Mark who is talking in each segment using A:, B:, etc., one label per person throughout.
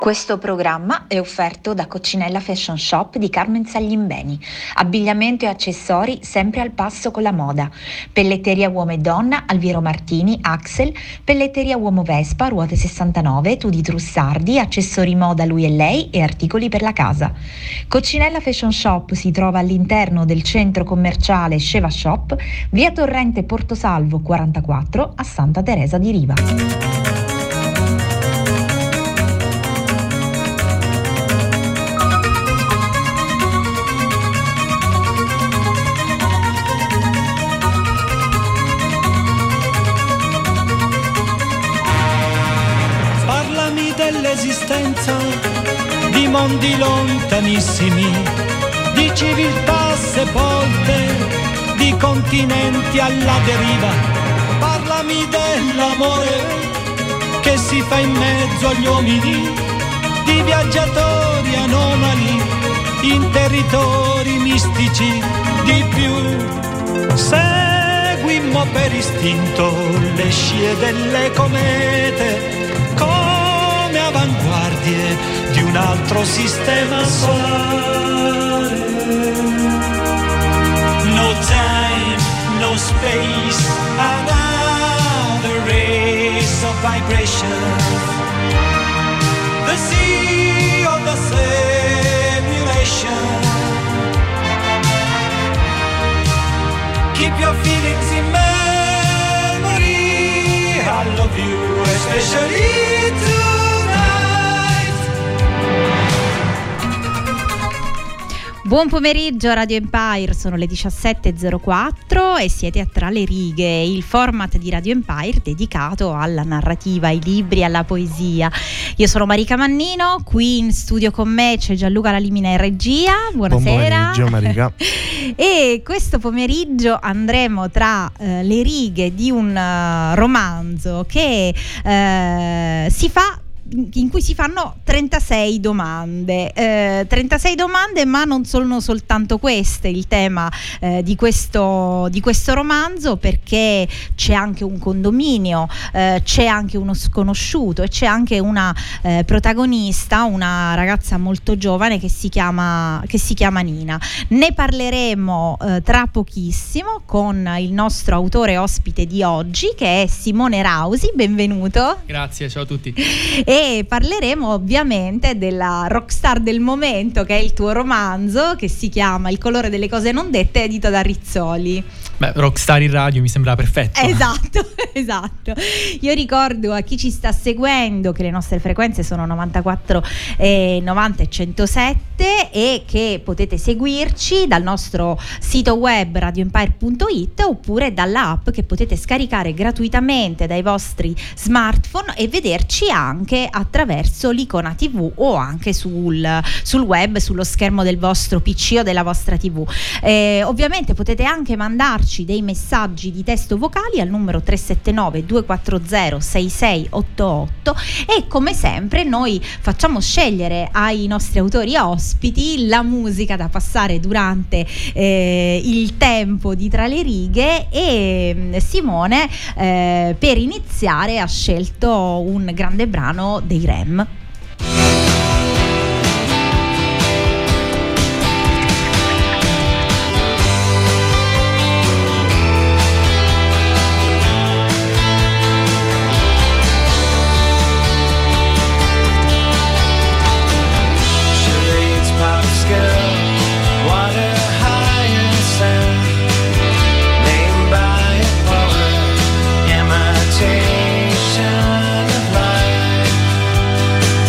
A: Questo programma è offerto da Coccinella Fashion Shop di Carmen Saglimbeni. Abbigliamento e accessori sempre al passo con la moda. Pelletteria uomo e donna, Alviero Martini, Axel. Pelletteria uomo Vespa, Ruote 69, Tudi Trussardi, accessori moda lui e lei e articoli per la casa. Coccinella Fashion Shop si trova all'interno del centro commerciale Sceva Shop, via Torrente Portosalvo 44 a Santa Teresa di Riva.
B: Dell'esistenza di mondi lontanissimi, di civiltà sepolte, di continenti alla deriva. Parlami dell'amore che si fa in mezzo agli uomini, di viaggiatori anomali in territori mistici. Di più, seguimmo per istinto le scie delle comete avanguardie di un altro sistema solare. No time, no space, another race of vibration. The sea of the simulation. Keep your feelings in memory. I love you, especially tonight.
C: Buon pomeriggio Radio Empire, sono le 17.04 e siete a Tra le righe, il format di Radio Empire dedicato alla narrativa, ai libri, alla poesia. Io sono Marica Mannino, qui in studio con me c'è Gianluca Lalimina in regia. Buonasera.
D: Buon pomeriggio Marica.
C: E questo pomeriggio andremo tra le righe di un romanzo che in cui si fanno 36 domande, 36 domande, ma non sono soltanto queste il tema di questo romanzo, perché c'è anche un condominio, c'è anche uno sconosciuto e c'è anche una protagonista, una ragazza molto giovane che si chiama Nina. Ne parleremo tra pochissimo con il nostro autore ospite di oggi, che è Simone Rausi. Benvenuto.
E: Grazie, ciao a tutti.
C: E parleremo ovviamente della rockstar del momento, che è il tuo romanzo, che si chiama Il colore delle cose non dette, edito da Rizzoli.
E: Beh, rockstar in radio mi sembra perfetto.
C: Esatto. Io ricordo a chi ci sta seguendo che le nostre frequenze sono 94, 90 e 107 e che potete seguirci dal nostro sito web radioempire.it oppure dalla app che potete scaricare gratuitamente dai vostri smartphone e vederci anche attraverso l'icona TV o anche sul web, sullo schermo del vostro PC o della vostra TV. Ovviamente potete anche mandarci dei messaggi di testo vocali al numero 379 240 6688 e come sempre noi facciamo scegliere ai nostri autori ospiti la musica da passare durante il tempo di Tra le righe e Simone per iniziare ha scelto un grande brano dei Rem.
B: Imitation of life.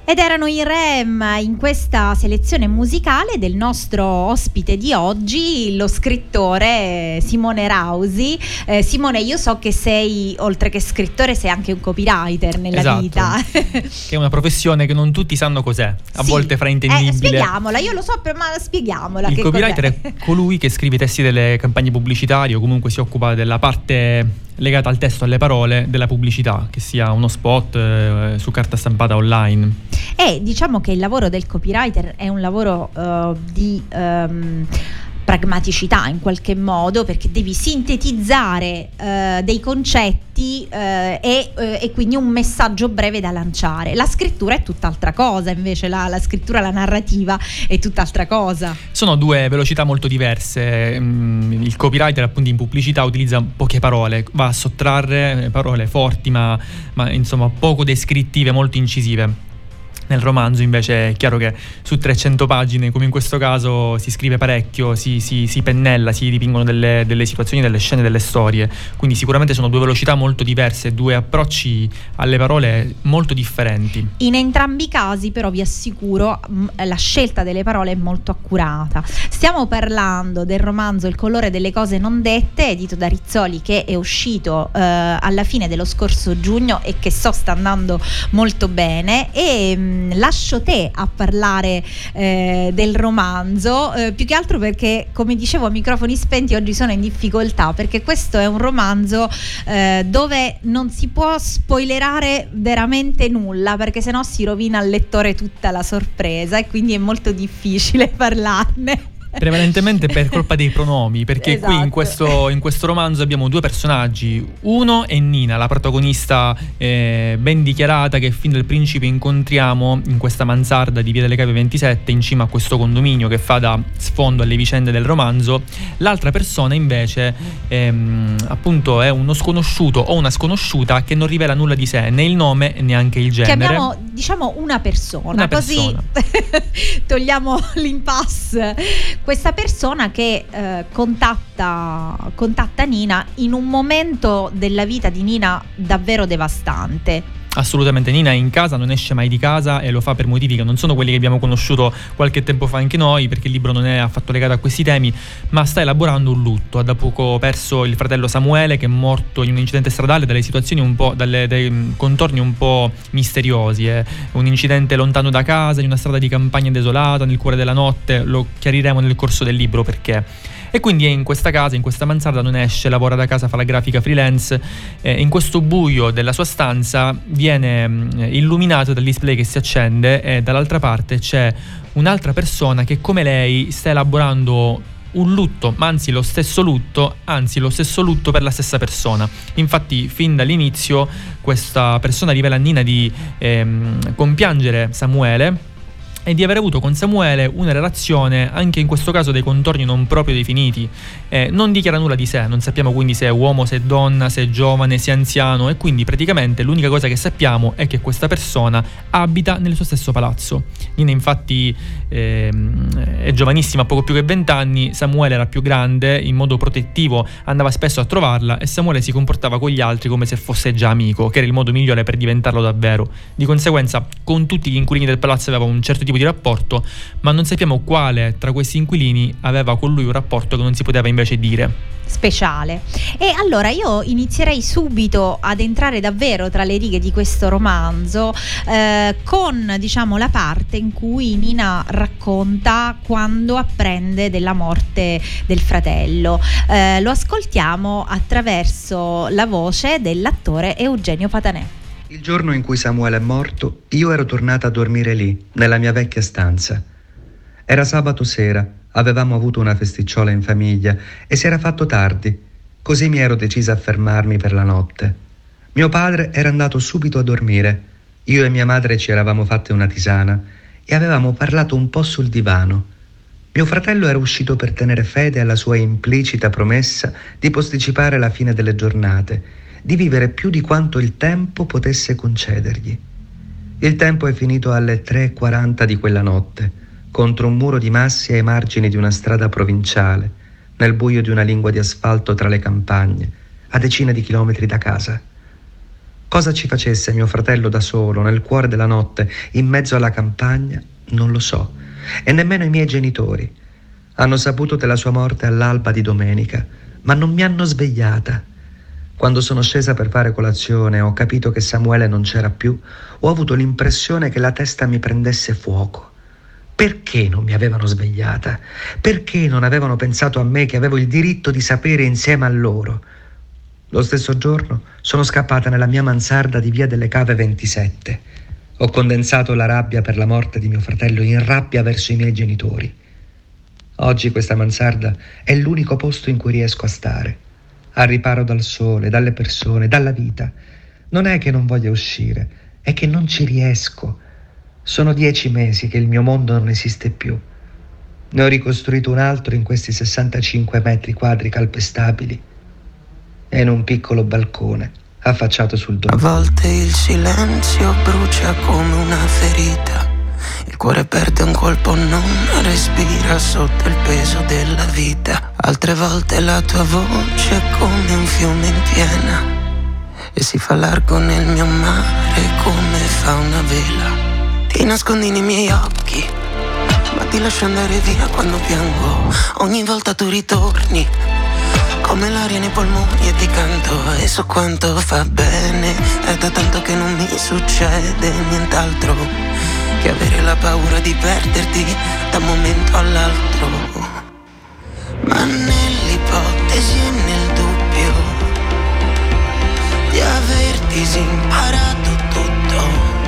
C: Ed erano i Rem in questa selezione musicale del nostro ospite di oggi, lo scrittore Simone Rausi. Simone, io so che sei, oltre che scrittore, sei anche un copywriter nella vita.
E: Che è una professione che non tutti sanno cos'è, a volte fraintendibile.
C: Spieghiamola, io lo so, ma spieghiamola.
E: Il copywriter è colui che scrive i testi delle campagne pubblicitarie o comunque si occupa della parte legata al testo, alle parole della pubblicità, che sia uno spot su carta stampata online.
C: E diciamo che il lavoro del copywriter è un lavoro di pragmaticità in qualche modo, perché devi sintetizzare dei concetti e quindi un messaggio breve da lanciare. La scrittura è tutt'altra cosa, invece la scrittura, la narrativa è tutt'altra cosa. Sono
E: due velocità molto diverse. Il copywriter appunto in pubblicità utilizza poche parole, va a sottrarre parole forti ma insomma poco descrittive, molto incisive. Nel romanzo invece è chiaro che su 300 pagine, come in questo caso, si scrive parecchio, si pennella, si dipingono delle situazioni, delle scene, delle storie. Quindi sicuramente sono due velocità molto diverse, due approcci alle parole molto differenti.
C: In entrambi i casi però vi assicuro la scelta delle parole è molto accurata. Stiamo parlando del romanzo Il colore delle cose non dette, edito da Rizzoli, che è uscito alla fine dello scorso giugno e che sta andando molto bene, e lascio te a parlare del romanzo, più che altro perché, come dicevo a microfoni spenti, oggi sono in difficoltà perché questo è un romanzo dove non si può spoilerare veramente nulla, perché sennò si rovina al lettore tutta la sorpresa e quindi è molto difficile parlarne.
E: Prevalentemente per colpa dei pronomi, perché
C: esatto.
E: Qui in questo romanzo abbiamo due personaggi. Uno è Nina, la protagonista ben dichiarata, che fin dal principio incontriamo in questa mansarda di Via delle Cave 27, in cima a questo condominio che fa da sfondo alle vicende del romanzo. L'altra persona invece appunto è uno sconosciuto o una sconosciuta che non rivela nulla di sé, né il nome né anche il genere.
C: Chiamiamo, diciamo, una persona. Così togliamo l'impasse. Questa persona che contatta Nina in un momento della vita di Nina davvero devastante.
E: Assolutamente, Nina è in casa, non esce mai di casa e lo fa per motivi che non sono quelli che abbiamo conosciuto qualche tempo fa anche noi, perché il libro non è affatto legato a questi temi, ma sta elaborando un lutto. Ha da poco perso il fratello Samuele, che è morto in un incidente stradale, dalle situazioni dai contorni un po' misteriosi. Un incidente lontano da casa, in una strada di campagna desolata, nel cuore della notte. Lo chiariremo nel corso del libro perché. E quindi è in questa casa, in questa mansarda, non esce, lavora da casa, fa la grafica freelance. In questo buio della sua stanza viene illuminato dal display che si accende e dall'altra parte c'è un'altra persona che, come lei, sta elaborando un lutto, ma anzi lo stesso lutto per la stessa persona. Infatti fin dall'inizio questa persona rivela a Nina di compiangere Samuele e di aver avuto con Samuele una relazione, anche in questo caso dei contorni non proprio definiti. Non dichiara nulla di sé, non sappiamo quindi se è uomo, se è donna, se è giovane, se è anziano, e quindi praticamente l'unica cosa che sappiamo è che questa persona abita nel suo stesso palazzo. Nina infatti è giovanissima, poco più che 20 anni, Samuele era più grande, in modo protettivo andava spesso a trovarla e Samuele si comportava con gli altri come se fosse già amico, che era il modo migliore per diventarlo davvero. Di conseguenza con tutti gli inquilini del palazzo aveva un certo tipo di rapporto, ma non sappiamo quale tra questi inquilini aveva con lui un rapporto che non si poteva invece dire.
C: Speciale. E allora io inizierei subito ad entrare davvero tra le righe di questo romanzo con, diciamo, la parte in cui Nina racconta quando apprende della morte del fratello. Lo ascoltiamo attraverso la voce dell'attore Eugenio Patanè.
D: Il giorno in cui Samuele è morto, io ero tornata a dormire lì, nella mia vecchia stanza. Era sabato sera, avevamo avuto una festicciola in famiglia e si era fatto tardi, così mi ero decisa a fermarmi per la notte. Mio padre era andato subito a dormire, io e mia madre ci eravamo fatte una tisana e avevamo parlato un po' sul divano. Mio fratello era uscito per tenere fede alla sua implicita promessa di posticipare la fine delle giornate, di vivere più di quanto il tempo potesse concedergli. Il tempo è finito alle 3:40 di quella notte, contro un muro di massi ai margini di una strada provinciale, nel buio di una lingua di asfalto tra le campagne, a decine di chilometri da casa. Cosa ci facesse mio fratello da solo, nel cuore della notte, in mezzo alla campagna, non lo so. E nemmeno i miei genitori. Hanno saputo della sua morte all'alba di domenica, ma non mi hanno svegliata. Quando sono scesa per fare colazione e ho capito che Samuele non c'era più, ho avuto l'impressione che la testa mi prendesse fuoco. Perché non mi avevano svegliata? Perché non avevano pensato a me che avevo il diritto di sapere insieme a loro? Lo stesso giorno sono scappata nella mia mansarda di via delle Cave 27. Ho condensato la rabbia per la morte di mio fratello in rabbia verso i miei genitori. Oggi questa mansarda è l'unico posto in cui riesco a stare, al riparo dal sole, dalle persone, dalla vita. Non è che non voglia uscire, è che non ci riesco. Sono 10 mesi che il mio mondo non esiste più. Ne ho ricostruito un altro in questi 65 metri quadri calpestabili e in un piccolo balcone affacciato sul domo.
F: A volte il silenzio brucia come una ferita, il cuore perde un colpo, non respira sotto il peso della vita. Altre volte la tua voce è come un fiume in piena e si fa largo nel mio mare come fa una vela. Ti nascondi nei miei occhi, ma ti lascio andare via quando piango. Ogni volta tu ritorni come l'aria nei polmoni e ti canto, e so quanto fa bene. È da tanto che non mi succede nient'altro che avere la paura di perderti da un momento all'altro. Ma nell'ipotesi e nel dubbio di averti imparato tutto,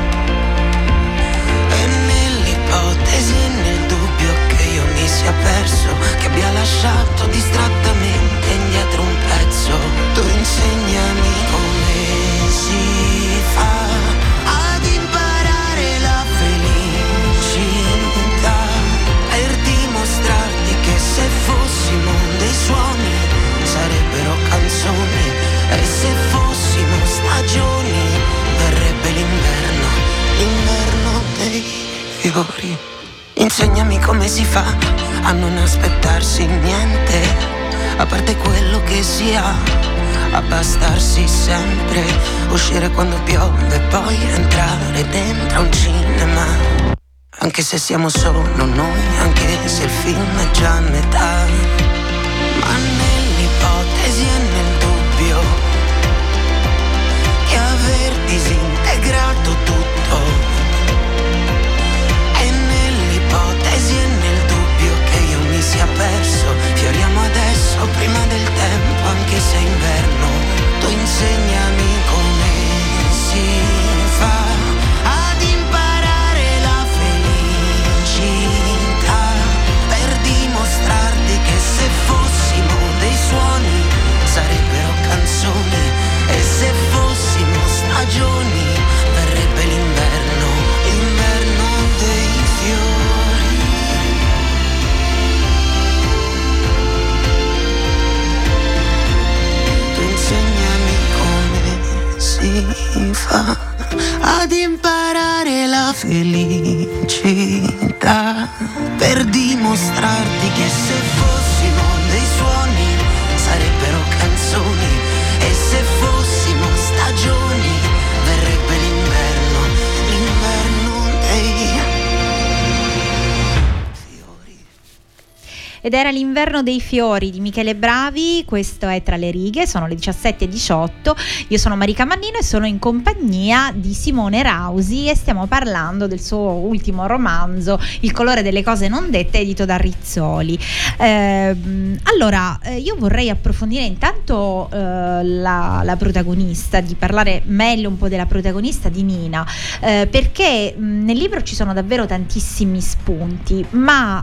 F: e nell'ipotesi e nel dubbio che io mi sia perso, che abbia lasciato distrattamente indietro un pezzo, tu insegnami come si fa ad imparare la felicità, per dimostrarti che se fossimo dei suoni sarebbero canzoni, e se fossimo stagioni verrebbe l'inverno, l'inverno dei fiori. Insegnami come si fa a non aspettarsi niente, a parte quello che si ha, abbastarsi sempre, uscire quando piove e poi entrare dentro un cinema, anche se siamo solo noi, anche se il film è già a metà. Ma nell'ipotesi e nel dubbio di aver disintegrato tutto, e nell'ipotesi e nel dubbio che io mi sia perso, fioriamo adesso prima del tempo, anche se è inverno. Tu insegnami come si fa ad imparare la felicità, per dimostrarti che se fossimo dei suoni sarebbero canzoni, e se fossimo stagioni verrebbe l'inverno, l'inverno dei fiori. Tu insegnami come si fa ad imparare la felicità, per dimostrarti che se fossimo dei suoni sarebbero canzoni, e se fossimo stagioni verrebbe l'inverno, l'inverno dei fiori.
C: Ed era L'inverno dei fiori di Michele Bravi, questo è Tra le righe, sono le 17:18, io sono Marica Mannino e sono in compagnia di Simone Rausi e stiamo parlando del suo ultimo romanzo, Il colore delle cose non dette, edito da Rizzoli. Allora, io vorrei approfondire intanto la protagonista, di parlare meglio un po' della protagonista, di Nina, perché nel libro ci sono davvero tantissimi spunti, ma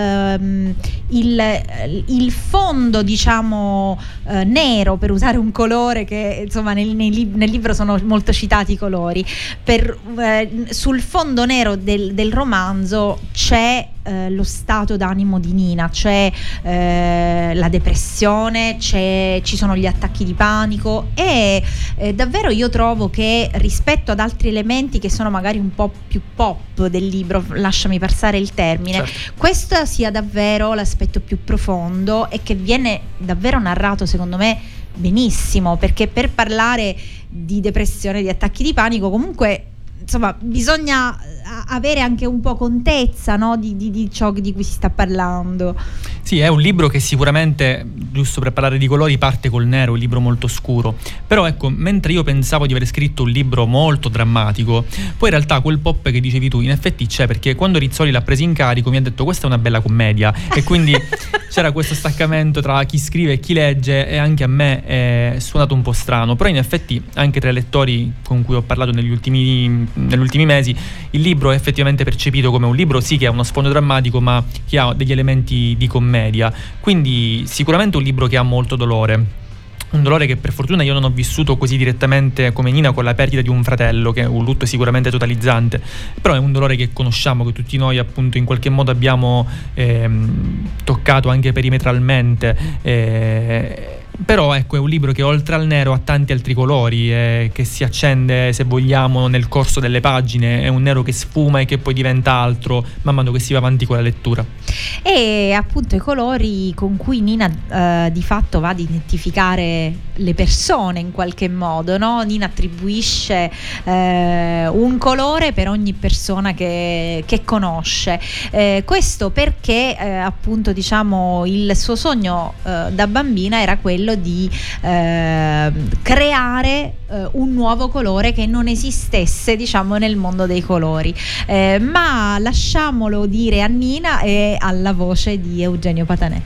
C: il fondo, diciamo, nero, per usare un colore che insomma nel libro sono molto citati i colori, sul fondo nero del romanzo c'è lo stato d'animo di Nina, c'è la depressione, ci sono gli attacchi di panico, e davvero io trovo che rispetto ad altri elementi che sono magari un po' più pop del libro, lasciami passare il termine, certo, questo sia davvero l'aspetto più profondo e che viene davvero narrato, secondo me, benissimo, perché per parlare di depressione, di attacchi di panico, comunque insomma bisogna avere anche un po' contezza, no? di ciò di cui si sta parlando.
E: Sì, è un libro che sicuramente, giusto per parlare di colori, parte col nero, un libro molto scuro. Però ecco, mentre io pensavo di aver scritto un libro molto drammatico, poi in realtà quel pop che dicevi tu in effetti c'è, perché quando Rizzoli l'ha preso in carico mi ha detto questa è una bella commedia, e quindi c'era questo staccamento tra chi scrive e chi legge, e anche a me è suonato un po' strano. Però in effetti anche tra i lettori con cui ho parlato negli ultimi mesi, il libro è effettivamente percepito come un libro sì che ha uno sfondo drammatico, ma che ha degli elementi di commedia. Quindi sicuramente un libro che ha molto dolore, un dolore che per fortuna io non ho vissuto così direttamente come Nina, con la perdita di un fratello, che è un lutto sicuramente totalizzante, però è un dolore che conosciamo, che tutti noi appunto in qualche modo abbiamo toccato anche perimetralmente. Però ecco, è un libro che oltre al nero ha tanti altri colori, che si accende, se vogliamo, nel corso delle pagine. È un nero che sfuma e che poi diventa altro man mano che si va avanti con la lettura.
C: E appunto i colori con cui Nina di fatto va ad identificare le persone in qualche modo, no? Nina attribuisce un colore per ogni persona che conosce, questo perché appunto diciamo il suo sogno da bambina era quello di creare un nuovo colore che non esistesse, diciamo, nel mondo dei colori, ma lasciamolo dire a Nina e alla voce di Eugenio Patanè.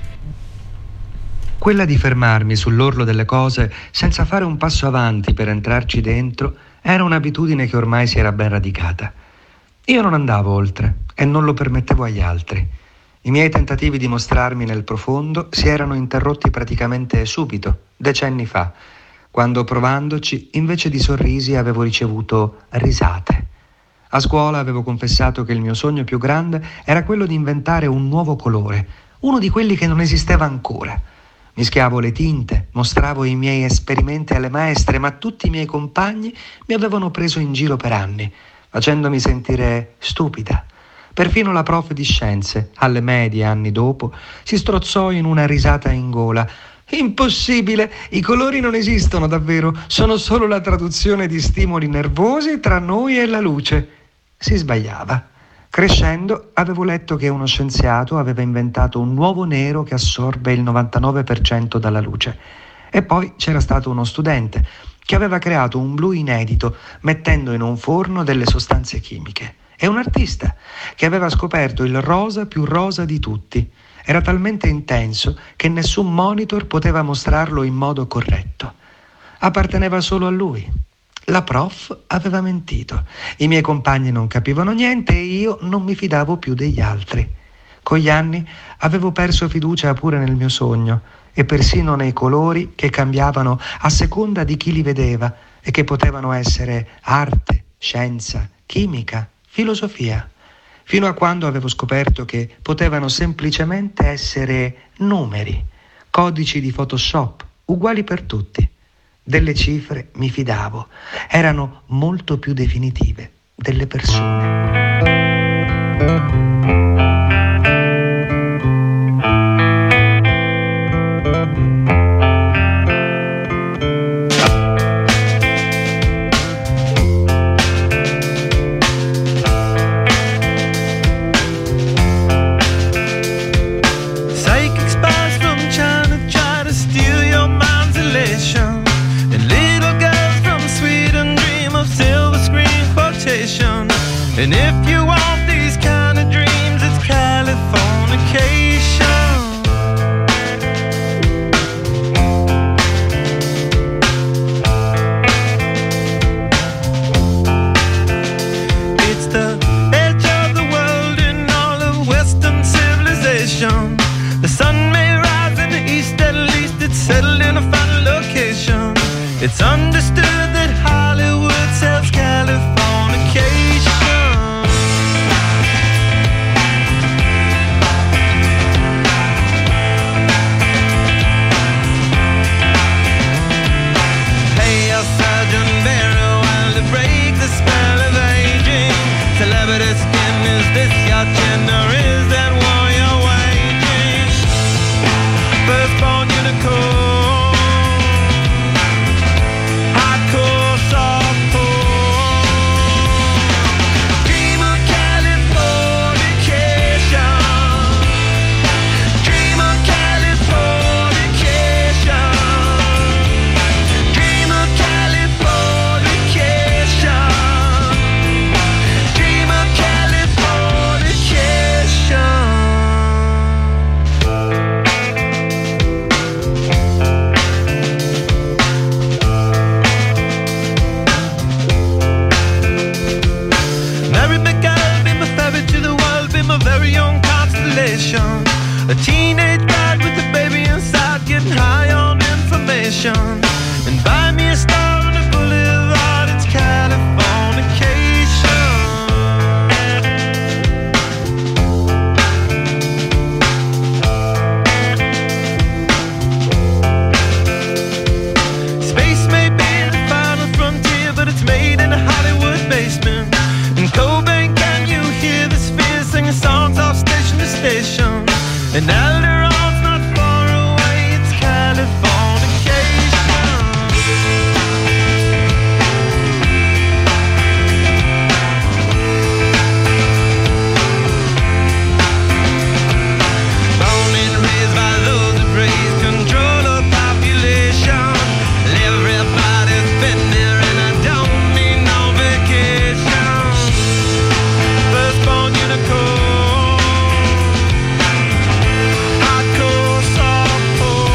D: Quella di fermarmi sull'orlo delle cose senza fare un passo avanti per entrarci dentro era un'abitudine che ormai si era ben radicata. Io non andavo oltre e non lo permettevo agli altri. I miei tentativi di mostrarmi nel profondo si erano interrotti praticamente subito, decenni fa, quando provandoci, invece di sorrisi, avevo ricevuto risate. A scuola avevo confessato che il mio sogno più grande era quello di inventare un nuovo colore, uno di quelli che non esisteva ancora. Mischiavo le tinte, mostravo i miei esperimenti alle maestre, ma tutti i miei compagni mi avevano preso in giro per anni, facendomi sentire stupida. Perfino la prof di scienze, alle medie anni dopo, si strozzò in una risata in gola. Impossibile, i colori non esistono davvero, sono solo la traduzione di stimoli nervosi tra noi e la luce. Si sbagliava. Crescendo avevo letto che uno scienziato aveva inventato un nuovo nero che assorbe il 99% dalla luce. E poi c'era stato uno studente che aveva creato un blu inedito mettendo in un forno delle sostanze chimiche. E un artista che aveva scoperto il rosa più rosa di tutti. Era talmente intenso che nessun monitor poteva mostrarlo in modo corretto. Apparteneva solo a lui. La prof aveva mentito. I miei compagni non capivano niente e io non mi fidavo più degli altri. Con gli anni avevo perso fiducia pure nel mio sogno e persino nei colori che cambiavano a seconda di chi li vedeva e che potevano essere arte, scienza, chimica, filosofia, fino a quando avevo scoperto che potevano semplicemente essere numeri, codici di Photoshop, uguali per tutti. Delle cifre mi fidavo, erano molto più definitive delle persone.
G: And if you want these kind of dreams, it's Californication. It's the edge of the world in all of Western civilization. The sun may rise in the east, at least it's settled in a final location. It's understood that Hollywood sells Californication. Is this your gender? Is that war you're waging? Firstborn unicorn, A teenage bride with a baby inside, getting high on information. And buy me a star on the boulevard, it's Californication. Space may be the final frontier, but it's made in a Hollywood basement. In Cobain, can you hear the spheres singing songs off station to station? And Alderon's not far away, it's Californication. Born and raised by those that praise control of population. Everybody's been there and I don't need no vacation. Firstborn unicorn, hardcore softcore.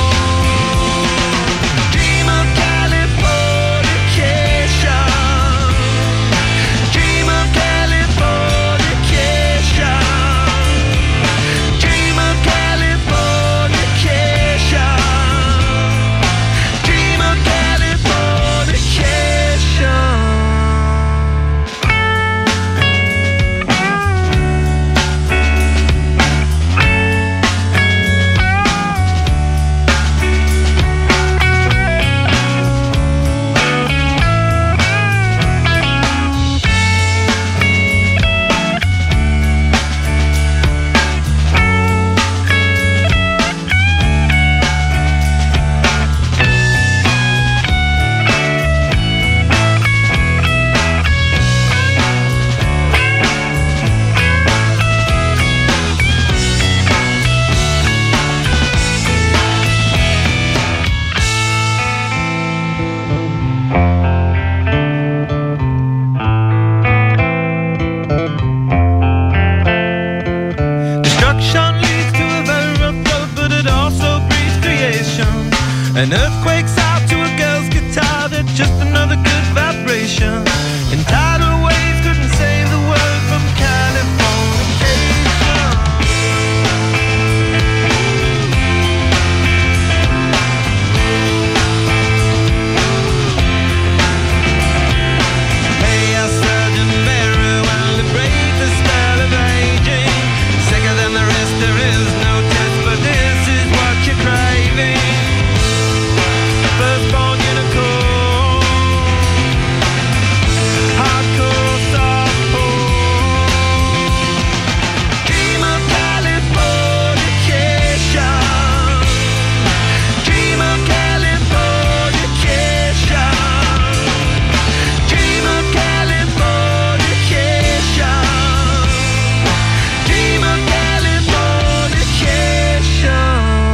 G: Dream of Californication. Dream of Californication. Dream of Californication. Dream of Californication. Destruction leads to a very rough road, but it also breeds creation. An earthquake's out to a girl's guitar, that's just another good vibration. And tidal waves couldn't save the world from Californication. Hey, a surgeon very well to break the spell of aging. Sicker than the rest, there is no test, but this is what you're craving. Firstborn unicorn, hardcore softcore. Dream of Californication. Dream of Californication. Dream of Californication. Dream of Californication.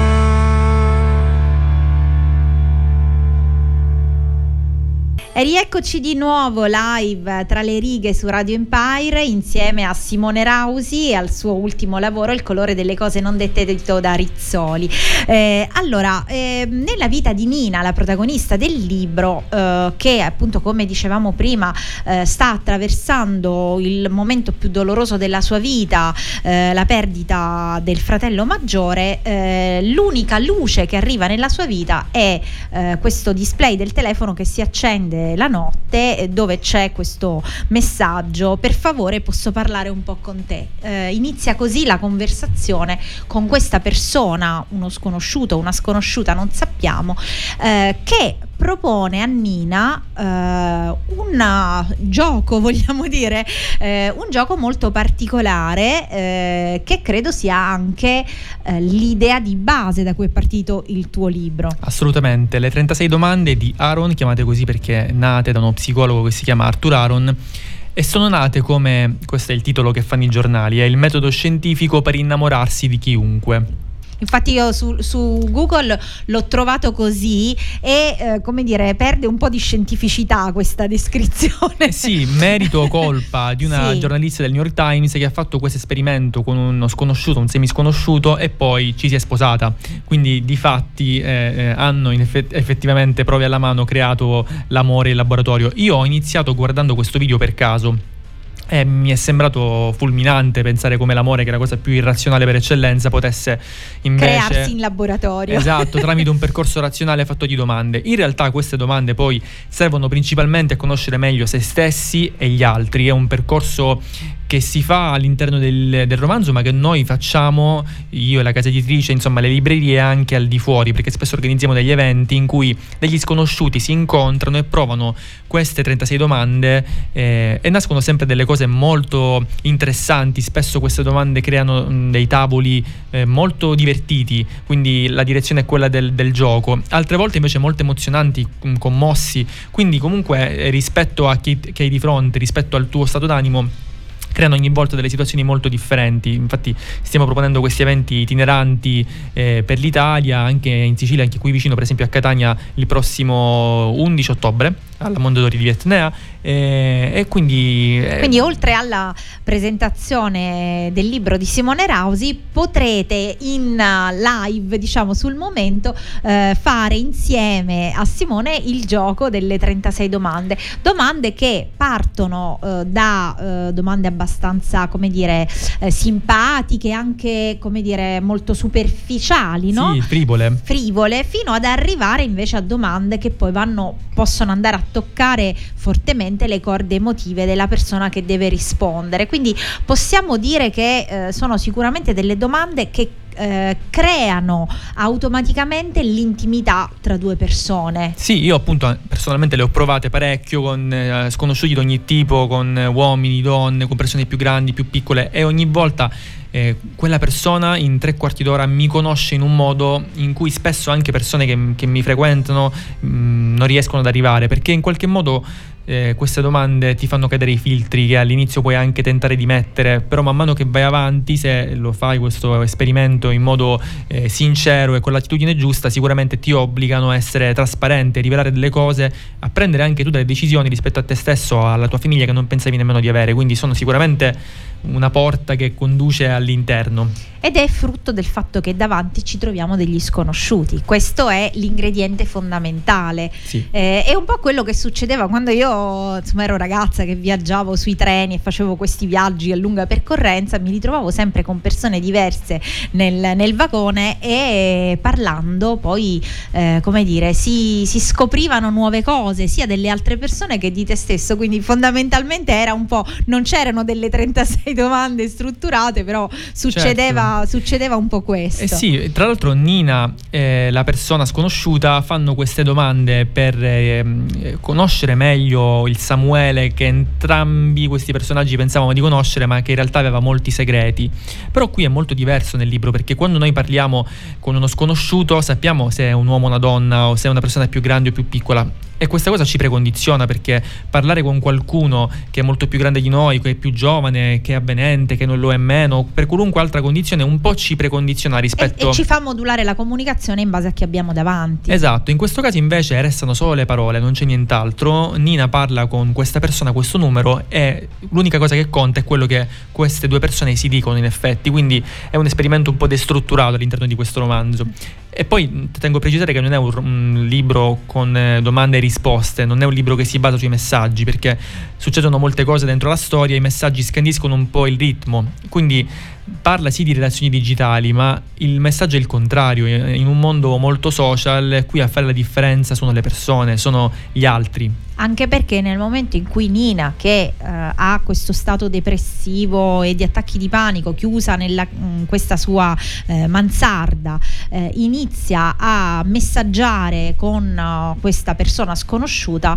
C: E rieccoci di nuovo live tra le righe su Radio Empire insieme a Simone Rausi e al suo ultimo lavoro Il colore delle cose non dette, edito da Rizzoli. Allora, nella vita di Nina, la protagonista del libro, che appunto, come dicevamo prima, sta attraversando il momento più doloroso della sua vita, la perdita del fratello maggiore, l'unica luce che arriva nella sua vita è questo display del telefono che si accende la notte, dove c'è questo messaggio: per favore, posso parlare un po' con te. Inizia così la conversazione con questa persona, uno sconosciuto, una sconosciuta, non sappiamo, che propone a Nina un gioco, vogliamo dire, un gioco molto particolare, che credo sia anche l'idea di base da cui è partito il tuo libro.
E: Assolutamente, le 36 domande di Aron, chiamate così perché nate da uno psicologo che si chiama Arthur Aron, e sono nate come, questo è il titolo che fanno i giornali, è il metodo scientifico per innamorarsi di chiunque.
C: Infatti io su Google l'ho trovato così e come dire, perde un po' di scientificità questa descrizione.
E: Sì, merito o colpa di una giornalista del New York Times che ha fatto questo esperimento con uno sconosciuto, un semisconosciuto, e poi ci si è sposata. Quindi di fatti hanno effettivamente, prove alla mano, creato l'amore in laboratorio. Io ho iniziato guardando questo video per caso, Mi è sembrato fulminante pensare come l'amore, che è la cosa più irrazionale per eccellenza, potesse invece
C: crearsi in laboratorio.
E: Esatto, tramite un percorso razionale fatto di domande. In realtà queste domande poi servono principalmente a conoscere meglio se stessi e gli altri. È un percorso che si fa all'interno del romanzo, ma che noi facciamo, io e la casa editrice, insomma le librerie, anche al di fuori, perché spesso organizziamo degli eventi in cui degli sconosciuti si incontrano e provano queste 36 domande e nascono sempre delle cose molto interessanti. Spesso queste domande creano dei tavoli molto divertiti, quindi la direzione è quella del gioco. Altre volte invece molto emozionanti, commossi, quindi comunque rispetto a chi hai di fronte, rispetto al tuo stato d'animo, creano ogni volta delle situazioni molto differenti. Infatti stiamo proponendo questi eventi itineranti per l'Italia, anche in Sicilia, anche qui vicino, per esempio a Catania, il prossimo 11 ottobre alla Mondadori di Etnea, e quindi
C: oltre alla presentazione del libro di Simone Rausi, potrete in live, diciamo sul momento, fare insieme a Simone il gioco delle 36 domande che partono da domande abbastanza, come dire, simpatiche, anche, come dire, molto superficiali, no?
E: Sì, frivole,
C: fino ad arrivare invece a domande che poi possono andare a toccare fortemente le corde emotive della persona che deve rispondere. Quindi possiamo dire che sono sicuramente delle domande che creano automaticamente l'intimità tra due persone.
E: Sì, io appunto personalmente le ho provate parecchio con sconosciuti di ogni tipo, con uomini, donne, con persone più grandi, più piccole, e ogni volta quella persona in 3/4 d'ora mi conosce in un modo in cui spesso anche persone che mi frequentano non riescono ad arrivare, perché in qualche modo queste domande ti fanno cadere i filtri che all'inizio puoi anche tentare di mettere, però man mano che vai avanti, se lo fai questo esperimento in modo sincero e con l'attitudine giusta, sicuramente ti obbligano a essere trasparente, a rivelare delle cose, a prendere anche tu delle decisioni rispetto a te stesso, alla tua famiglia, che non pensavi nemmeno di avere. Quindi sono sicuramente una porta che conduce all'interno.
C: Ed è frutto del fatto che davanti ci troviamo degli sconosciuti. Questo è l'ingrediente fondamentale.
E: Sì.
C: È un po' quello che succedeva quando io, insomma, ero ragazza, che viaggiavo sui treni e facevo questi viaggi a lunga percorrenza. Mi ritrovavo sempre con persone diverse nel vagone, e parlando poi come dire, si scoprivano nuove cose sia delle altre persone che di te stesso. Quindi fondamentalmente era un po', non c'erano delle 36 domande strutturate, però succedeva un po' questo.
E: Sì, tra l'altro Nina e la persona sconosciuta fanno queste domande per conoscere meglio il Samuele che entrambi questi personaggi pensavamo di conoscere, ma che in realtà aveva molti segreti. Però qui è molto diverso nel libro, perché quando noi parliamo con uno sconosciuto sappiamo se è un uomo o una donna, o se è una persona più grande o più piccola. E questa cosa ci precondiziona, perché parlare con qualcuno che è molto più grande di noi, che è più giovane, che è avvenente, che non lo è meno, per qualunque altra condizione, un po' ci precondiziona rispetto...
C: E ci fa modulare la comunicazione in base a chi abbiamo davanti.
E: Esatto, in questo caso invece restano solo le parole, non c'è nient'altro. Nina parla con questa persona, questo numero, e l'unica cosa che conta è quello che queste due persone si dicono in effetti, quindi è un esperimento un po' destrutturato all'interno di questo romanzo. E poi tengo a precisare che non è un libro con domande e risposte, non è un libro che si basa sui messaggi, perché succedono molte cose dentro la storia, i messaggi scandiscono un po' il ritmo, quindi parla sì di relazioni digitali, ma il messaggio è il contrario. In un mondo molto social, qui a fare la differenza sono le persone, sono gli altri.
C: Anche perché nel momento in cui Nina, che ha questo stato depressivo e di attacchi di panico, chiusa in questa sua mansarda, inizia a messaggiare con questa persona sconosciuta,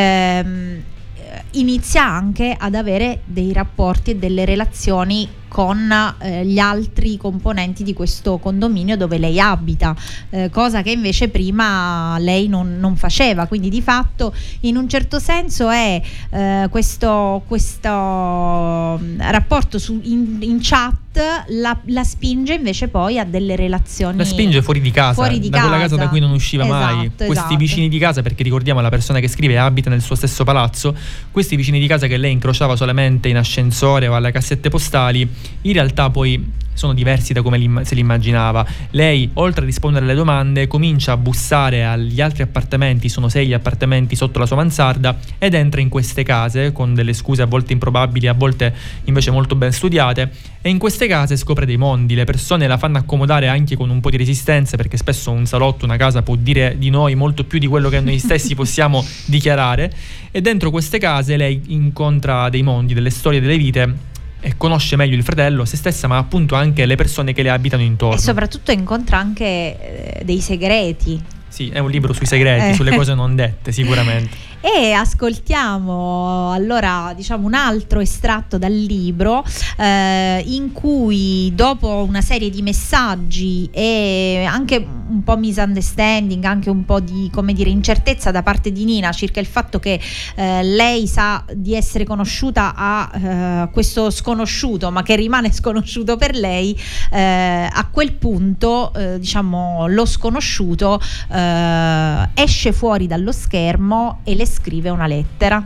C: inizia anche ad avere dei rapporti e delle relazioni con gli altri componenti di questo condominio dove lei abita, cosa che invece prima lei non faceva. Quindi di fatto, in un certo senso, è questo rapporto in chat la spinge invece poi a delle relazioni,
E: la spinge fuori di casa, da quella casa da cui non usciva mai. Questi vicini di casa, perché ricordiamo, la persona che scrive abita nel suo stesso palazzo, questi vicini di casa che lei incrociava solamente in ascensore o alle cassette postali, in realtà poi sono diversi da come se li immaginava. Lei, oltre a rispondere alle domande, comincia a bussare agli altri appartamenti, sono 6 gli appartamenti sotto la sua mansarda, ed entra in queste case con delle scuse a volte improbabili, a volte invece molto ben studiate, e in queste case scopre dei mondi. Le persone la fanno accomodare anche con un po' di resistenza, perché spesso un salotto, una casa può dire di noi molto più di quello che noi stessi possiamo dichiarare, e dentro queste case lei incontra dei mondi, delle storie, delle vite, e conosce meglio il fratello, se stessa, ma appunto anche le persone che le abitano intorno.
C: E soprattutto incontra anche dei segreti.
E: Sì, è un libro sui segreti, sulle cose non dette, sicuramente.
C: E ascoltiamo allora, diciamo, un altro estratto dal libro in cui, dopo una serie di messaggi e anche un po' misunderstanding, anche un po' di, come dire, incertezza da parte di Nina circa il fatto che lei sa di essere conosciuta a questo sconosciuto, ma che rimane sconosciuto per lei, a quel punto diciamo lo sconosciuto esce fuori dallo schermo e le scrive una lettera.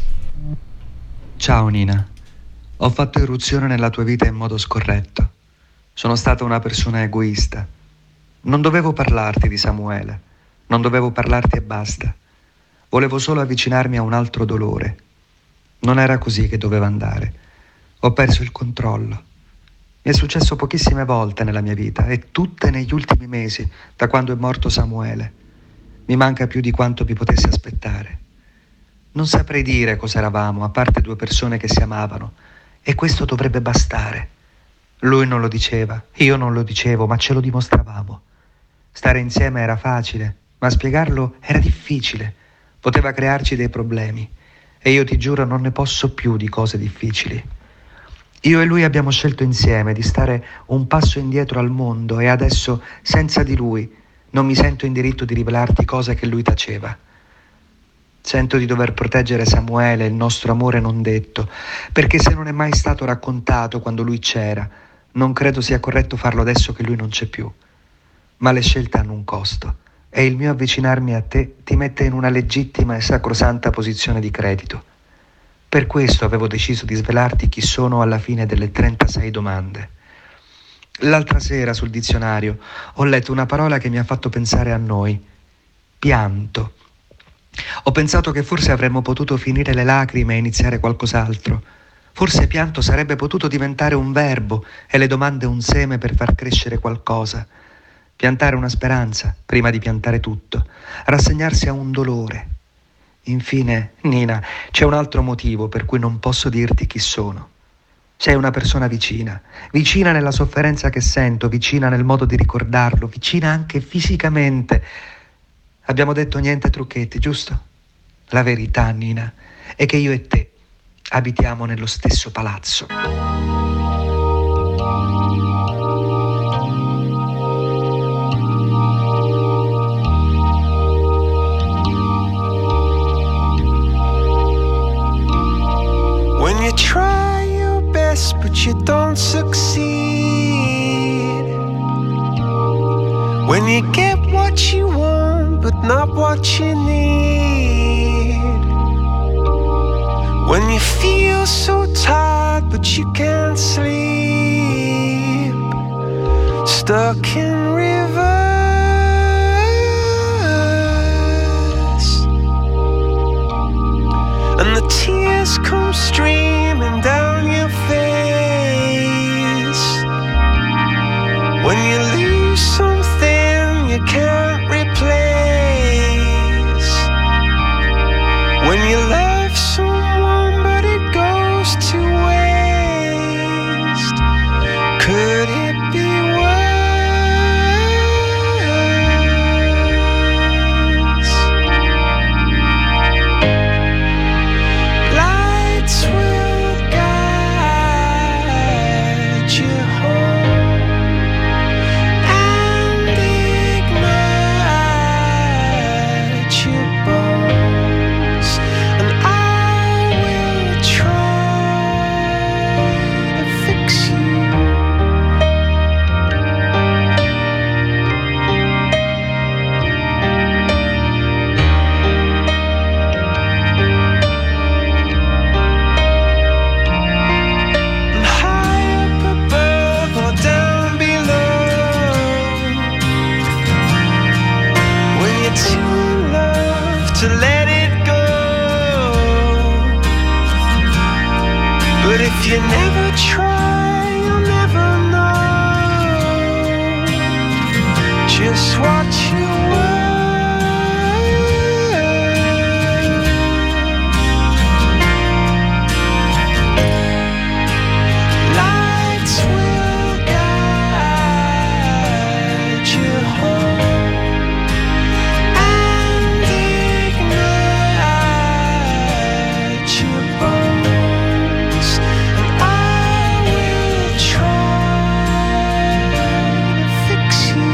D: Ciao Nina, ho fatto irruzione nella tua vita in modo scorretto. Sono stata una persona egoista. Non dovevo parlarti di Samuele, non dovevo parlarti e basta. Volevo solo avvicinarmi a un altro dolore. Non era così che doveva andare. Ho perso il controllo. Mi è successo pochissime volte nella mia vita, e tutte negli ultimi mesi, da quando è morto Samuele. Mi manca più di quanto vi potessi aspettare. Non saprei dire cosa eravamo, a parte 2 persone che si amavano, e questo dovrebbe bastare. Lui non lo diceva, io non lo dicevo, ma ce lo dimostravamo. Stare insieme era facile, ma spiegarlo era difficile. Poteva crearci dei problemi, e io ti giuro non ne posso più di cose difficili. Io e lui abbiamo scelto insieme di stare un passo indietro al mondo, e adesso, senza di lui, non mi sento in diritto di rivelarti cose che lui taceva. Sento di dover proteggere Samuele, il nostro amore non detto, perché se non è mai stato raccontato quando lui c'era, non credo sia corretto farlo adesso che lui non c'è più. Ma le scelte hanno un costo, e il mio avvicinarmi a te ti mette in una legittima e sacrosanta posizione di credito. Per questo avevo deciso di svelarti chi sono alla fine delle 36 domande. L'altra sera sul dizionario ho letto una parola che mi ha fatto pensare a noi: pianto. Ho pensato che forse avremmo potuto finire le lacrime e iniziare qualcos'altro. Forse pianto sarebbe potuto diventare un verbo e le domande un seme per far crescere qualcosa. Piantare una speranza prima di piantare tutto, rassegnarsi a un dolore. Infine, Nina, c'è un altro motivo per cui non posso dirti chi sono. Sei una persona vicina, vicina nella sofferenza che sento, vicina nel modo di ricordarlo, vicina anche fisicamente. Abbiamo detto niente trucchetti, giusto? La verità, Nina, è che io e te abitiamo nello stesso palazzo.
F: When you try your best but you don't succeed, when you get what you want but not what you need, when you feel so tired but you can't sleep, stuck in reverse, and the tears come streaming down your face, when you lose something you can't replace, when you love someone but it goes to waste. Could it be worse? Lights will guide
G: if you never try, you'll never know just what you were. Lights will guide you home and ignite your bones, and I will try to fix you.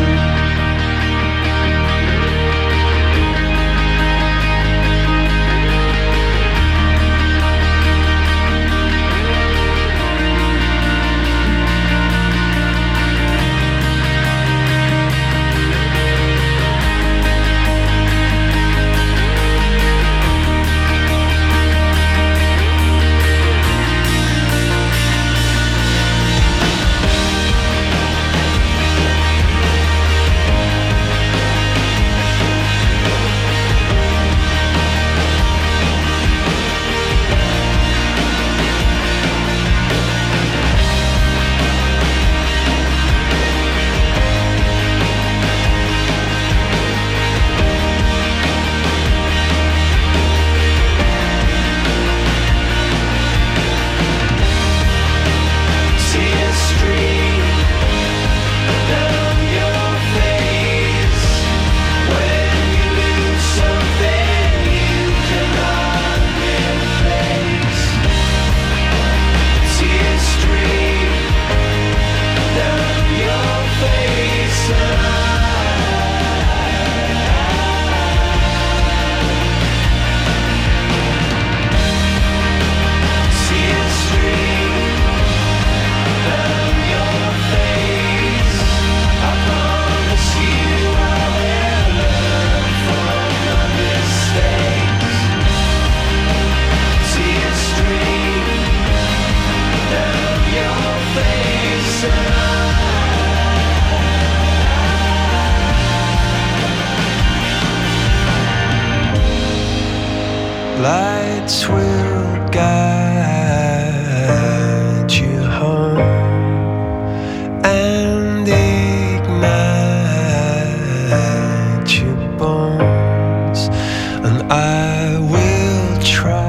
G: Lights will guide you home and ignite your bones, and I will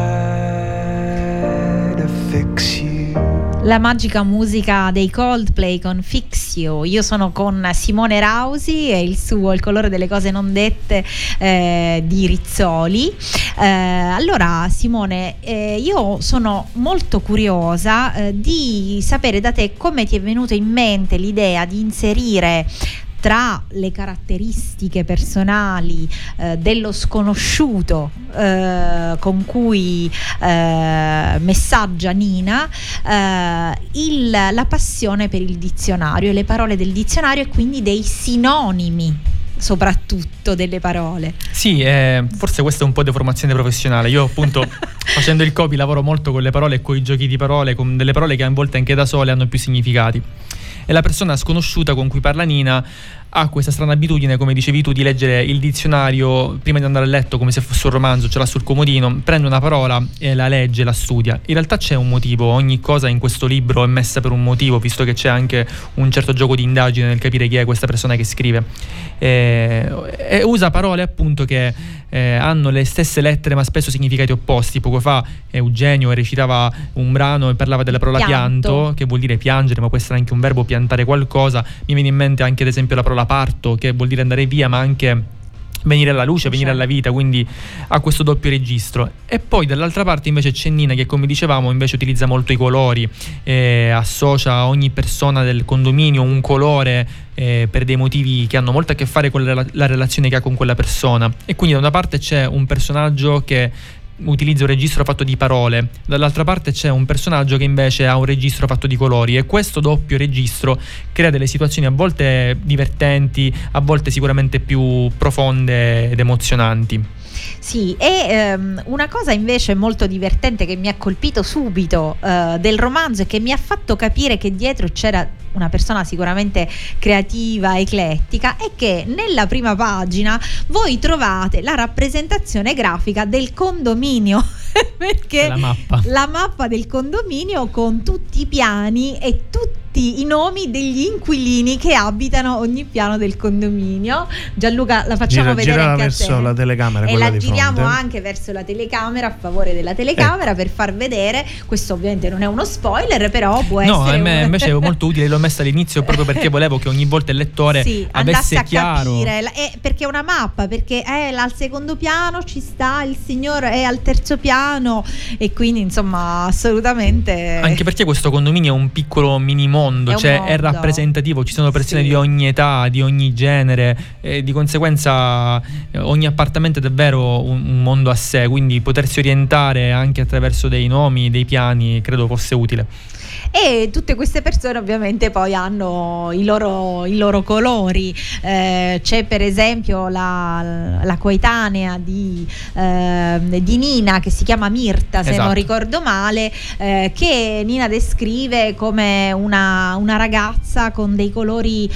G: try to fix you.
C: La magica musica dei Coldplay con Fix You. Io sono con Simone Rausi e il suo Il colore delle cose non dette di Rizzoli. Allora Simone, io sono molto curiosa di sapere da te come ti è venuta in mente l'idea di inserire tra le caratteristiche personali dello sconosciuto con cui messaggia Nina la passione per il dizionario e le parole del dizionario, e quindi dei sinonimi soprattutto delle parole.
E: Sì, forse questa è un po' deformazione professionale. Io appunto facendo il copy lavoro molto con le parole e con i giochi di parole, con delle parole che a volte anche da sole hanno più significati. E la persona sconosciuta con cui parla Nina ha questa strana abitudine, come dicevi tu, di leggere il dizionario prima di andare a letto come se fosse un romanzo, ce l'ha sul comodino, prende una parola e la legge, la studia. In realtà c'è un motivo, ogni cosa in questo libro è messa per un motivo, visto che c'è anche un certo gioco di indagine nel capire chi è questa persona che scrive. E usa parole appunto che hanno le stesse lettere ma spesso significati opposti. Poco fa Eugenio recitava un brano e parlava della parola pianto, che vuol dire piangere, ma può essere anche un verbo, piantare qualcosa. Mi viene in mente anche ad esempio la parola parto, che vuol dire andare via, ma anche venire alla luce, venire alla vita, quindi ha questo doppio registro. E poi dall'altra parte invece c'è Nina, che come dicevamo invece utilizza molto i colori, associa a ogni persona del condominio un colore per dei motivi che hanno molto a che fare con la relazione che ha con quella persona. E quindi da una parte c'è un personaggio che utilizza un registro fatto di parole, dall'altra parte c'è un personaggio che invece ha un registro fatto di colori, e questo doppio registro crea delle situazioni a volte divertenti, a volte sicuramente più profonde ed emozionanti.
C: Sì, e una cosa invece molto divertente che mi ha colpito subito del romanzo e che mi ha fatto capire che dietro c'era una persona sicuramente creativa, eclettica, è che nella prima pagina voi trovate la rappresentazione grafica del condominio perché la mappa del condominio con tutti i piani e tutti i nomi degli inquilini che abitano ogni piano del condominio. Gianluca, la facciamo vedere anche
H: verso
C: a te.
H: la telecamera,
C: e la
H: di
C: giriamo
H: fronte.
C: anche verso la telecamera, a favore della telecamera, per far vedere. Questo ovviamente non è uno spoiler, però può essere.
E: No, a me invece è molto utile, l'ho messa all'inizio proprio perché volevo che ogni volta il lettore avesse chiaro.
C: Capire, perché è una mappa, perché al secondo piano ci sta il signore, è al terzo piano, e quindi insomma assolutamente.
E: Anche perché questo condominio è un piccolo mini mondo, è rappresentativo, ci sono persone di ogni età, di ogni genere, e di conseguenza ogni appartamento è davvero un mondo a sé, quindi potersi orientare anche attraverso dei nomi, dei piani, credo fosse utile.
C: E tutte queste persone ovviamente poi hanno i loro colori. C'è per esempio la coetanea di Nina, che si chiama Mirta, se non ricordo male, che Nina descrive come una ragazza con dei colori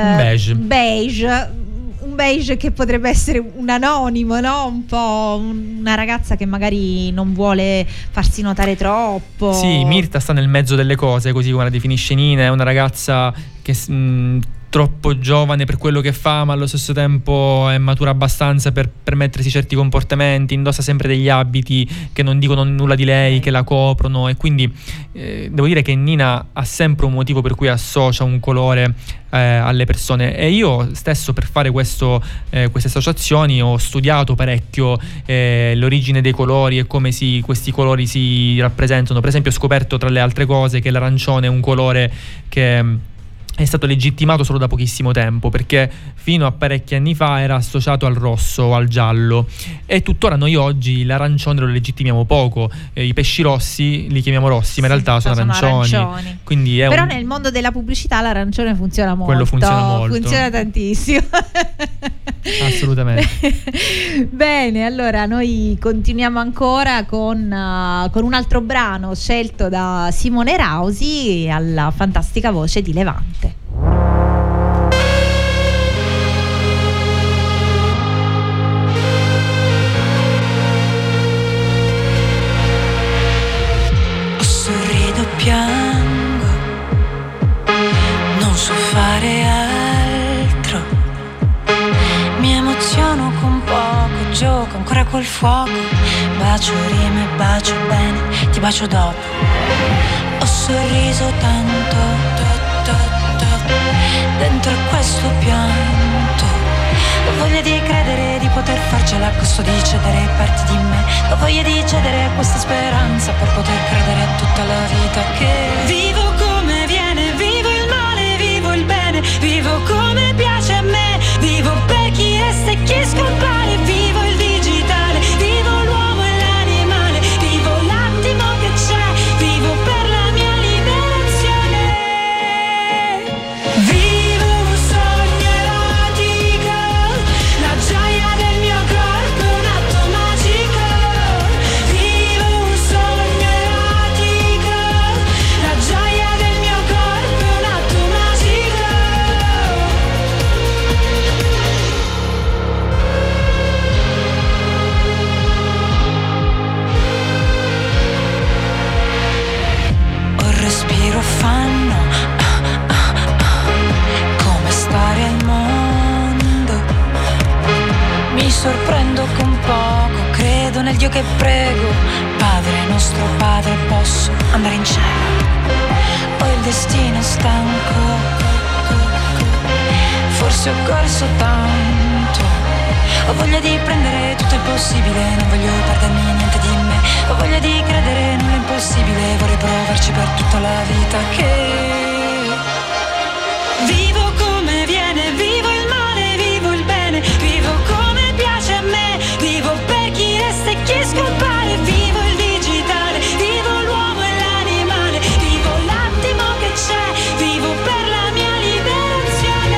C: beige, un beige che potrebbe essere un anonimo, no? Un po' una ragazza che magari non vuole farsi notare troppo.
E: Sì, Mirta sta nel mezzo delle cose, così come la definisce Nina. È una ragazza che troppo giovane per quello che fa, ma allo stesso tempo è matura abbastanza per permettersi certi comportamenti, indossa sempre degli abiti che non dicono nulla di lei, che la coprono, e quindi devo dire che Nina ha sempre un motivo per cui associa un colore alle persone, e io stesso per fare queste associazioni ho studiato parecchio l'origine dei colori e come questi colori si rappresentano. Per esempio ho scoperto, tra le altre cose, che l'arancione è un colore che è stato legittimato solo da pochissimo tempo, perché fino a parecchi anni fa era associato al rosso o al giallo, e tuttora noi oggi l'arancione lo legittimiamo poco. I pesci rossi li chiamiamo rossi, ma in realtà sono arancioni. Quindi
C: però nel mondo della pubblicità l'arancione funziona molto.
E: Quello funziona
C: tantissimo.
E: Assolutamente.
C: Bene, allora noi continuiamo ancora con un altro brano scelto da Simone Rausi, alla fantastica voce di Levante.
I: Sorrido, piango, non so fare altro, mi emoziono con poco, gioco ancora col fuoco, bacio rime, bacio bene, ti bacio dopo. Ho sorriso tanto dentro questo pianto, ho voglia di credere di poter farcela a costo di cedere parti di me, ho voglia di cedere a questa speranza per poter credere a tutta la vita che vivo come viene, vivo il male, vivo il bene, vivo come piace a me, vivo per chi resta e chi scompare, vivo il digitale, vivo l'uomo e l'animale, vivo l'attimo che c'è, vivo per la mia liberazione. Vivo un sogno erotico, la gioia del mio corpo è un atto magico. Vivo un sogno erotico, la gioia del mio corpo è un atto magico. Un respiro fanno come stare al mondo. Mi sorprendo con poco, credo nel Dio che prego. Padre nostro Padre, posso andare in cielo. Ho il destino stanco, forse ho corso tanto. Ho voglia di prendere tutto il possibile, non voglio perdermi niente di me. Ho voglia di credere nulla impossibile, vorrei provarci per tutta la vita che vivo come viene, vivo il male, vivo il bene, vivo come piace a me, vivo per chi resta e chi scompare, vivo il digitale, vivo l'uomo e l'animale, vivo l'attimo che c'è, vivo per la mia liberazione.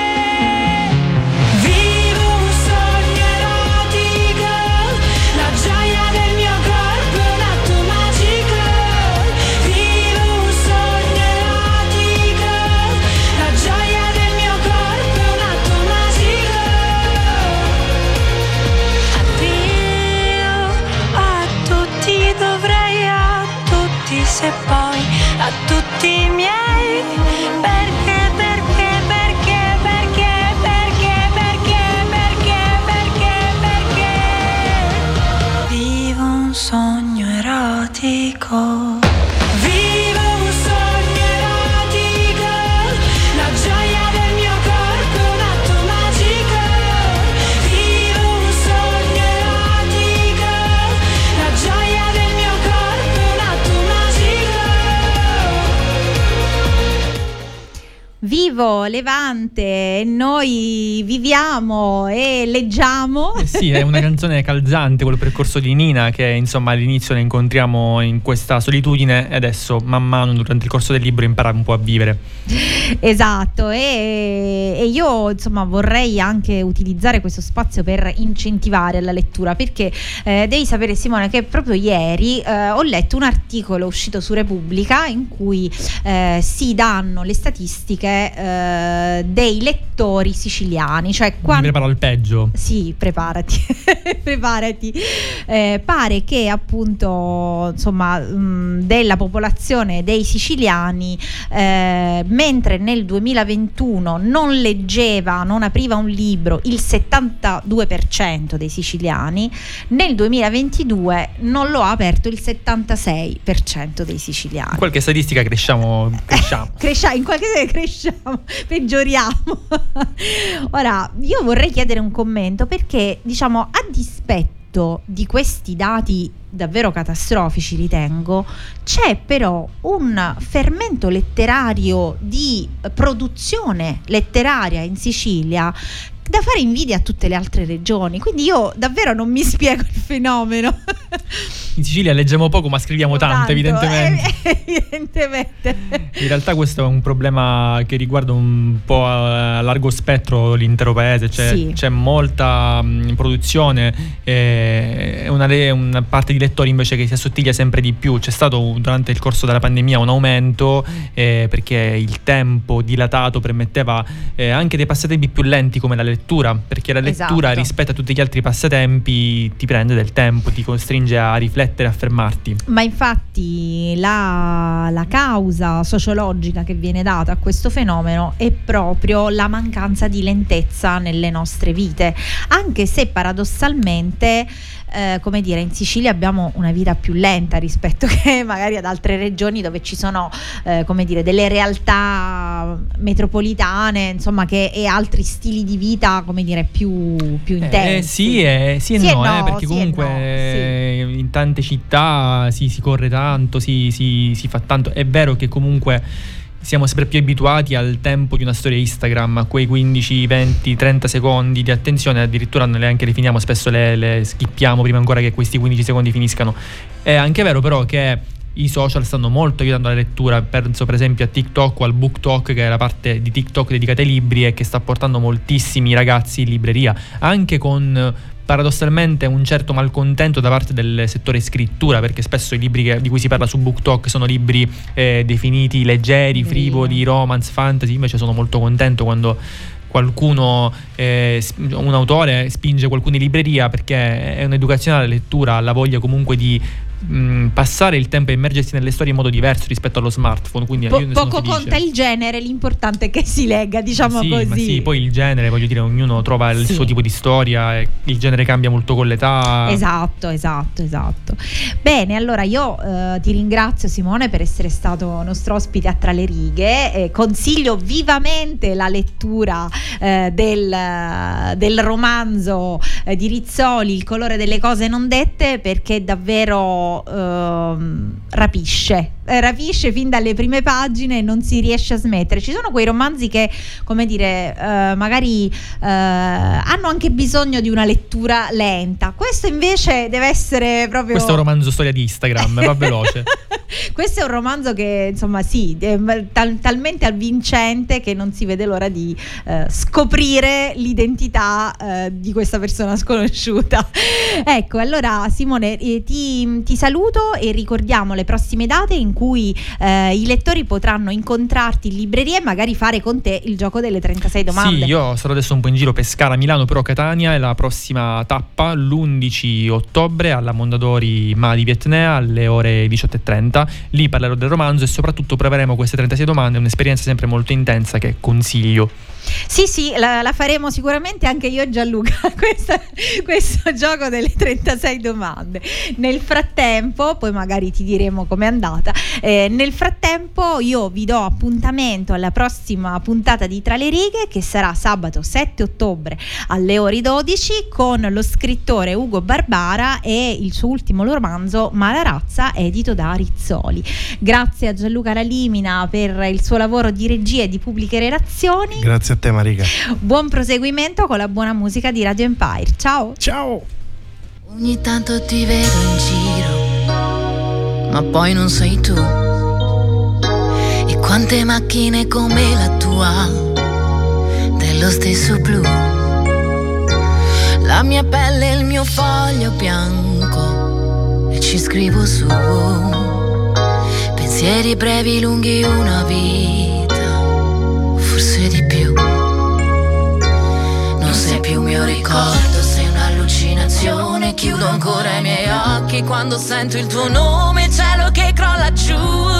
I: Vivo un sogno erotico, la gioia del mio corpo è un atto magico. Vivo un sogno tutti se poi a tutti i miei. Perché vivo un sogno erotico. Vivo un sogno erotico, la gioia del mio corpo è un atto magico. Vivo un sogno erotico, la gioia del mio corpo è un atto magico.
C: Vivo Levante, noi viviamo e leggiamo.
E: Sì, è una canzone calzante, quel percorso di Nina che insomma all'inizio ne incontriamo in questa solitudine e adesso man mano durante il corso del libro impara un po' a vivere.
C: Esatto, e io insomma vorrei anche utilizzare questo spazio per incentivare la lettura, perché devi sapere, Simone, che proprio ieri ho letto un articolo uscito su Repubblica in cui si danno le statistiche dei lettori siciliani, cioè
E: Mi preparo al peggio.
C: Sì, preparati. Preparati. Pare che appunto insomma della popolazione dei siciliani, mentre nel 2021 non leggeva, non apriva un libro il 72% dei siciliani, nel 2022 non lo ha aperto il 76% dei siciliani.
E: In qualche statistica cresciamo.
C: In qualche cresciamo, peggioriamo. Ora, io vorrei chiedere un commento, perché diciamo, a dispetto di questi dati davvero catastrofici, ritengo, c'è però un fermento letterario di produzione letteraria in Sicilia da fare invidia a tutte le altre regioni, quindi io davvero non mi spiego il fenomeno.
E: In Sicilia leggiamo poco ma scriviamo tanto, evidentemente.
C: Evidentemente.
E: In realtà questo è un problema che riguarda un po' a largo spettro l'intero paese,
C: Sì.
E: C'è molta produzione, una parte di lettori invece che si assottiglia sempre di più. C'è stato durante il corso della pandemia un aumento perché il tempo dilatato permetteva anche dei passatempi più lenti come la lettura, perché la lettura
C: Esatto.
E: rispetto a tutti gli altri passatempi ti prende del tempo, ti costringe a riflettere, a fermarti.
C: Ma infatti la causa sociologica che viene data a questo fenomeno è proprio la mancanza di lentezza nelle nostre vite, anche se paradossalmente come dire, in Sicilia abbiamo una vita più lenta rispetto che magari ad altre regioni dove ci sono come dire, delle realtà metropolitane, insomma, e altri stili di vita, come dire, più intensi.
E: Sì e no, perché comunque
C: sì.
E: in tante città si corre tanto, si fa tanto. È vero che comunque siamo sempre più abituati al tempo di una storia Instagram, a quei 15, 20, 30 secondi di attenzione, addirittura neanche le finiamo, spesso le skippiamo prima ancora che questi 15 secondi finiscano. È anche vero però che i social stanno molto aiutando la lettura, penso per esempio a TikTok o al BookTok, che è la parte di TikTok dedicata ai libri e che sta portando moltissimi ragazzi in libreria, anche con paradossalmente un certo malcontento da parte del settore scrittura, perché spesso i libri di cui si parla su BookTok sono libri definiti leggeri, frivoli, romance, fantasy. Invece sono molto contento quando qualcuno, un autore spinge qualcuno in libreria, perché è un'educazione alla lettura, alla voglia comunque di passare il tempo e immergersi nelle storie in modo diverso rispetto allo smartphone. Quindi
C: poco conta il genere, l'importante è che si legga, diciamo così.
E: Ma sì, poi il genere, voglio dire, ognuno trova il suo tipo di storia e il genere cambia molto con l'età.
C: Esatto. Bene, allora io ti ringrazio, Simone, per essere stato nostro ospite a Tra le righe. Consiglio vivamente la lettura del romanzo di Rizzoli, Il colore delle cose non dette, perché davvero rapisce fin dalle prime pagine e non si riesce a smettere. Ci sono quei romanzi che, come dire, magari hanno anche bisogno di una lettura lenta. Questo invece deve essere proprio...
E: Questo è un romanzo storia di Instagram, va veloce.
C: Questo è un romanzo che, insomma, sì, è talmente avvincente che non si vede l'ora di scoprire l'identità di questa persona sconosciuta. Ecco, allora Simone, ti saluto e ricordiamo le prossime date in cui i lettori potranno incontrarti in libreria e magari fare con te il gioco delle 36 domande.
E: Sì, io sarò adesso un po' in giro per Pescara, Milano, però Catania è la prossima tappa, l'11 ottobre alla Mondadori Ma di Vietnea alle ore 18:30. diretta. Lì parlerò del romanzo e soprattutto proveremo queste 36 domande, un'esperienza sempre molto intensa che consiglio.
C: Sì, la faremo sicuramente anche io e Gianluca, questo gioco delle 36 domande. Nel frattempo, poi magari ti diremo com'è andata, nel frattempo io vi do appuntamento alla prossima puntata di Tra le righe, che sarà sabato 7 ottobre alle ore 12 con lo scrittore Ugo Barbara e il suo ultimo romanzo Malarazza, edito da Rizzoli. Grazie a Gianluca Lalimina per il suo lavoro di regia e di pubbliche relazioni.
H: Grazie a te, Marica.
C: Buon proseguimento con la buona musica di Radio Empire. Ciao.
H: Ciao.
J: Ogni tanto ti vedo in giro, ma poi non sei tu. E quante macchine come la tua, dello stesso blu. La mia pelle è il mio foglio bianco e ci scrivo su. Pensieri brevi, lunghi, una vita, forse di più. Non sei più mio ricordo, sei un'allucinazione. Chiudo ancora i miei occhi quando sento il tuo nome. Cielo che crolla giù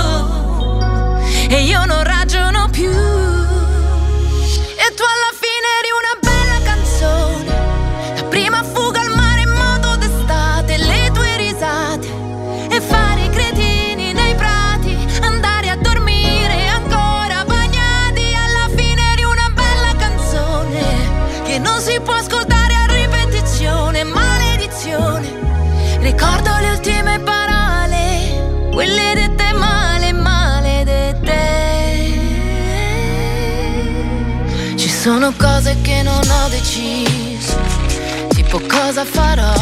J: e io non ragiono più. E tu alla fine eri una bella canzone, la prima fuga al mare in moto d'estate, le tue risate e fare i cretini nei prati, andare a dormire ancora bagnati. Alla fine eri una bella canzone che non si può ascoltare a ripetizione. Maledizione, ricordo le ultime parole, quelle dette male, maledette. Ci sono cose che non ho deciso, tipo cosa farò,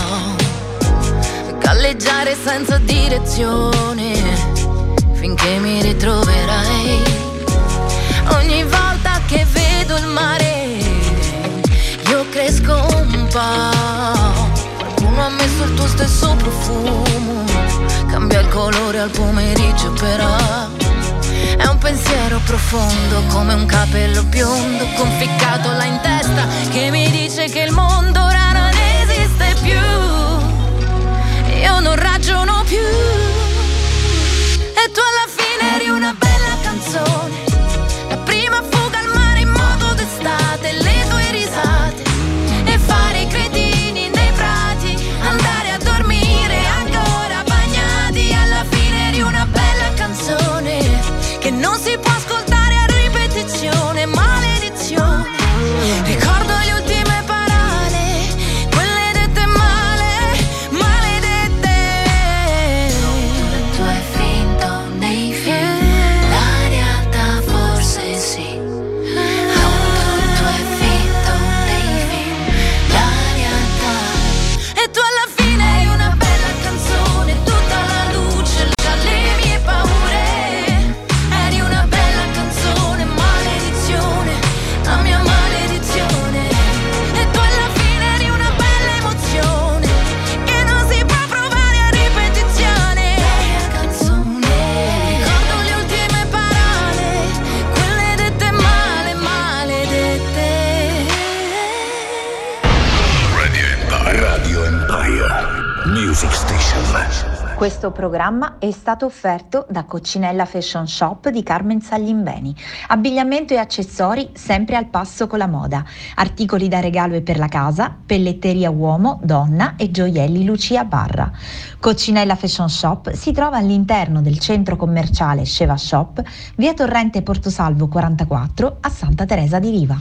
J: galleggiare senza direzione finché mi ritroverai. Ogni volta che vedo il mare io cresco un po'. Qualcuno ha messo il tuo stesso profumo, cambia il colore al pomeriggio, però è un pensiero profondo come un capello biondo conficcato là in testa che mi dice che il mondo ora non esiste più. Io non ragiono più. E tu alla fine eri una bella canzone, la prima fuga al mare in moto d'estate, le tue risate e fare i cretini nei prati, andare a dormire ancora bagnati. Alla fine eri una bella canzone che non si può ascoltare a ripetizione. Maledizione, ricordo le ultime parole, quelle dette male, maledette. Tu hai finto nei film, la realtà forse sì. Tu hai finto nei film, la realtà. E tu alla fine hai una bella canzone, tutta la luce, le mie paure. Eri una bella canzone, maledizione, la mia maledizione. E tu alla fine eri una bella emozione che non si può provare a ripetizione. Bella canzone, ricordo le ultime parole, quelle dette male, maledette.
K: Radio Empire Music Station.
A: Questo programma è stato offerto da Coccinella Fashion Shop di Carmen Saglimbeni. Abbigliamento e accessori sempre al passo con la moda. Articoli da regalo e per la casa, pelletteria uomo, donna e gioielli Lucia Barra. Coccinella Fashion Shop si trova all'interno del centro commerciale Sceva Shop, via Torrente Portosalvo 44 a Santa Teresa di Riva.